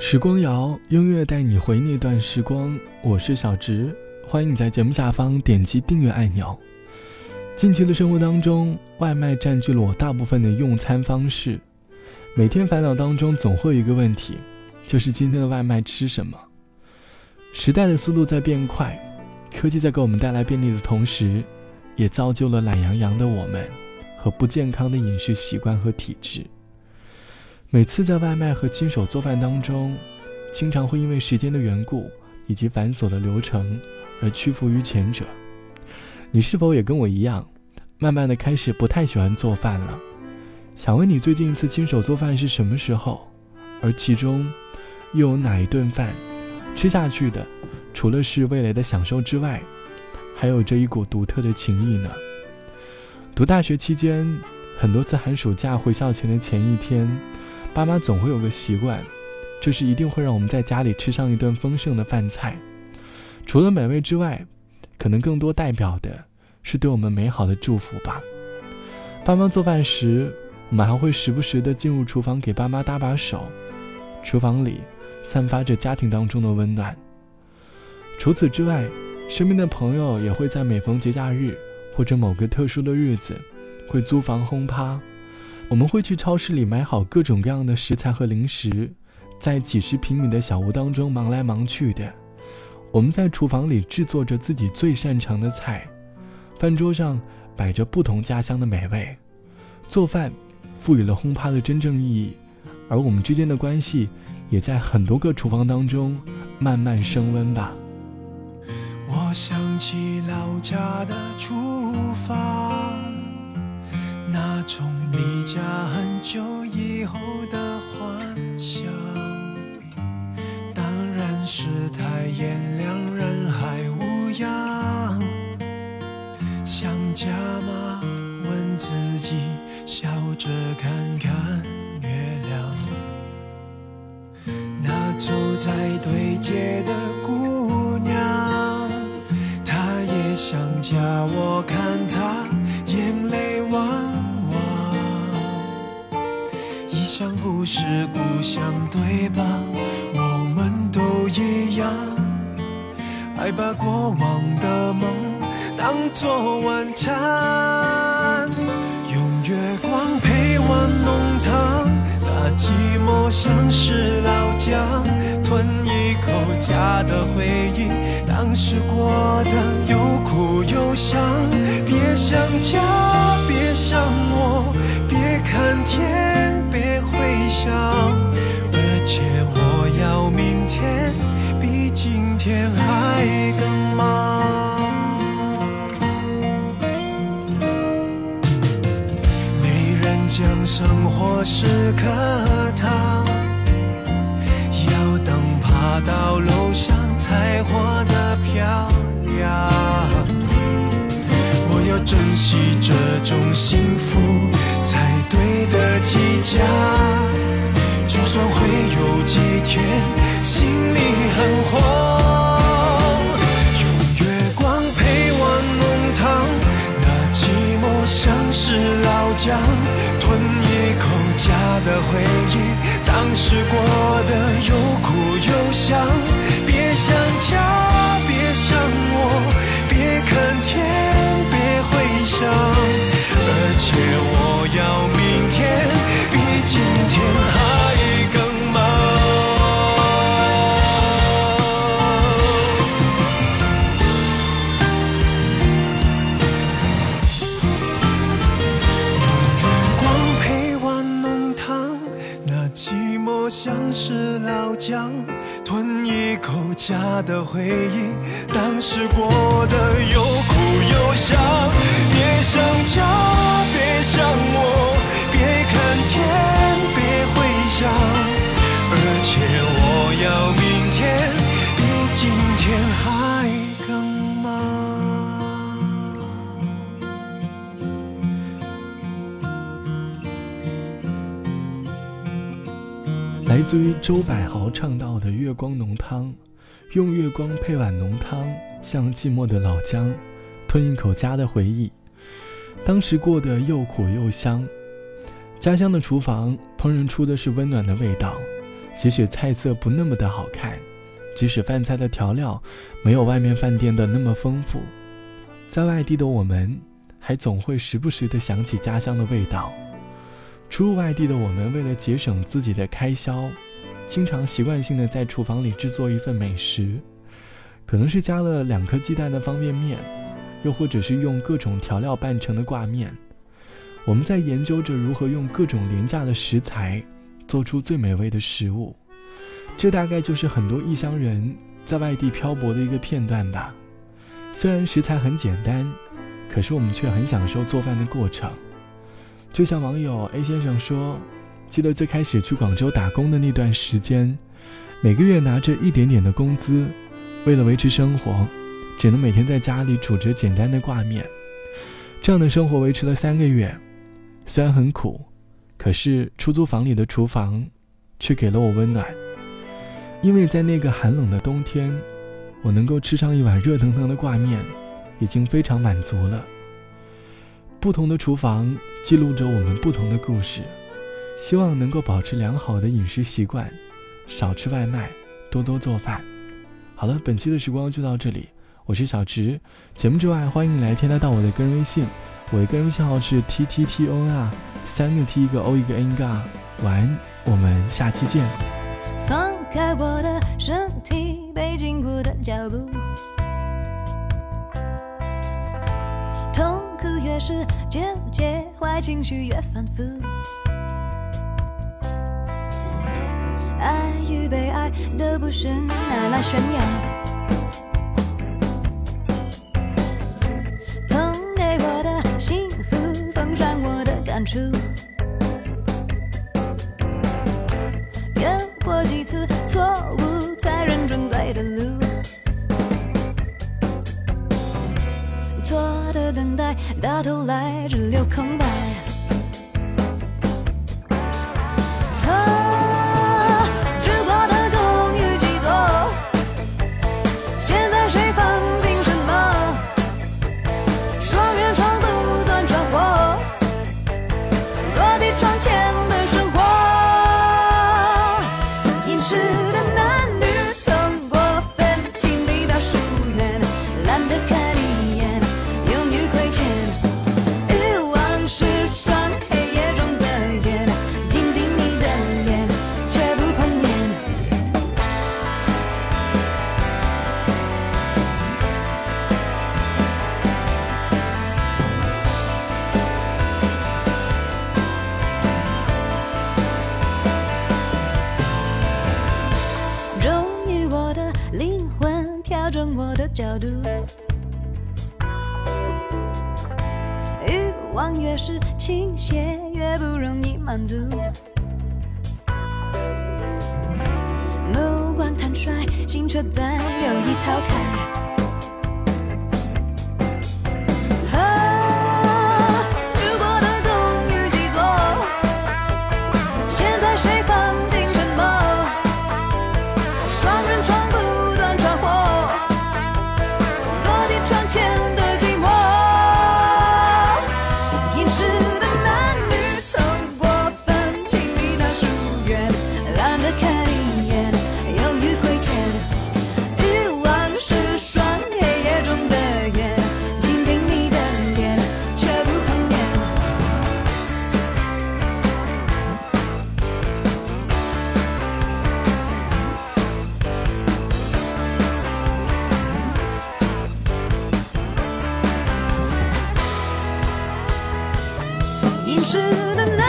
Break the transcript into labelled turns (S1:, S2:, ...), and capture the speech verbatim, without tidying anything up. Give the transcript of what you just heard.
S1: 时光谣，音乐带你回那段时光，我是小直，欢迎你在节目下方点击订阅按钮。近期的生活当中，外卖占据了我大部分的用餐方式。每天烦恼当中总会有一个问题，就是今天的外卖吃什么。时代的速度在变快，科技在给我们带来便利的同时，也造就了懒洋洋的我们和不健康的饮食习惯和体质。每次在外卖和亲手做饭当中，经常会因为时间的缘故以及繁琐的流程而屈服于前者。你是否也跟我一样，慢慢的开始不太喜欢做饭了？想问你最近一次亲手做饭是什么时候？而其中又有哪一顿饭吃下去的，除了是味蕾的享受之外，还有着一股独特的情谊呢？读大学期间，很多次寒暑假回校前的前一天，爸妈总会有个习惯，就是一定会让我们在家里吃上一顿丰盛的饭菜。除了美味之外，可能更多代表的是对我们美好的祝福吧。爸妈做饭时，我们还会时不时地进入厨房给爸妈搭把手，厨房里散发着家庭当中的温暖。除此之外，身边的朋友也会在每逢节假日或者某个特殊的日子会租房轰趴。我们会去超市里买好各种各样的食材和零食，在几十平米的小屋当中忙来忙去的。我们在厨房里制作着自己最擅长的菜，饭桌上摆着不同家乡的美味。做饭赋予了轰趴的真正意义，而我们之间的关系也在很多个厨房当中慢慢升温吧。
S2: 我想起老家的厨房，那种离家很久以后的幻想，当然世态炎凉，人海无恙。想家吗？问自己，笑着看看月亮。那走在对街的姑娘，她也想家，我看她眼泪汪汪。异乡不是故乡，对吧？我们都一样，爱把过往的梦当作晚餐，用月光陪玩弄堂，那寂寞像是老姜，吞一口家的回忆，当时过得又苦又香。别想家，别想我，别看天，别回想，而且我要明天比今天还更忙。没人讲生活是课堂，要等爬到楼上才活得漂亮。我要珍惜这种幸福，才对得起家。就算会有几天心里很慌，用月光陪玩弄堂，那寂寞像是老姜，吞一口家的回忆，当时过得又苦又香。别想家，别想我，别看天，别回想，而且我要明天比今天还更忙。用月光陪玩弄堂，那寂寞像是老姜，吞一口家的回忆，当时过得又苦又香。别想家，别想我，别看天，别回想，而且我要明天比今天还更忙。
S1: 来自于周柏豪唱到的月光浓汤，用月光配碗浓汤，像寂寞的老姜，吞一口家的回忆，当时过得又苦又香。家乡的厨房烹饪出的是温暖的味道， 即使菜色不那么的好看，即使饭菜的调料没有外面饭店的那么丰富，在外地的我们还总会时不时地想起家乡的味道。初入外地的我们，为了节省自己的开销，经常习惯性的在厨房里制作一份美食，可能是加了两颗鸡蛋的方便面，又或者是用各种调料拌成的挂面。我们在研究着如何用各种廉价的食材做出最美味的食物，这大概就是很多异乡人在外地漂泊的一个片段吧。虽然食材很简单，可是我们却很享受做饭的过程。就像网友 A 先生说，记得最开始去广州打工的那段时间，每个月拿着一点点的工资，为了维持生活，只能每天在家里煮着简单的挂面。这样的生活维持了三个月，虽然很苦，可是出租房里的厨房却给了我温暖。因为在那个寒冷的冬天，我能够吃上一碗热腾腾的挂面，已经非常满足了。不同的厨房记录着我们不同的故事，希望能够保持良好的饮食习惯，少吃外卖，多多做饭。好了，本期的时光就到这里，我是小直。节目之外，欢迎来添加到我的个人微信，我的个人微信号是 T T T O N R， 三个 T 一个 O 一个 N 一个 R。晚安，我们下期见。
S3: 放开我的身体，被禁锢的脚步，痛苦越是纠结，坏情绪越反复，爱与被爱都不是拿来炫耀，捧给我的幸福，奉上我的感触，有过几次错误才认准对的路，错的等待到头来只留空白，啊，住过的公寓几座，现在谁放进什么，双人床不断穿过落地窗前的生活，饮食的男女从过分亲密到疏远，懒得看一眼永远亏欠，欲望是双黑夜中的眼，紧盯你的脸却不碰面，忠于我的灵魂，调整我的角度，欲望越是倾斜，越不容易满足，目光坦率，心却在有意逃开，啊，住过的公寓几座，现在谁放进什么，双人床不断穿过落地窗前的寂寞，饮食的男女从过分亲密到疏远，懒得看一眼永远亏欠，欲望是双黑夜中的眼，紧盯你的脸却不碰面，饮食的男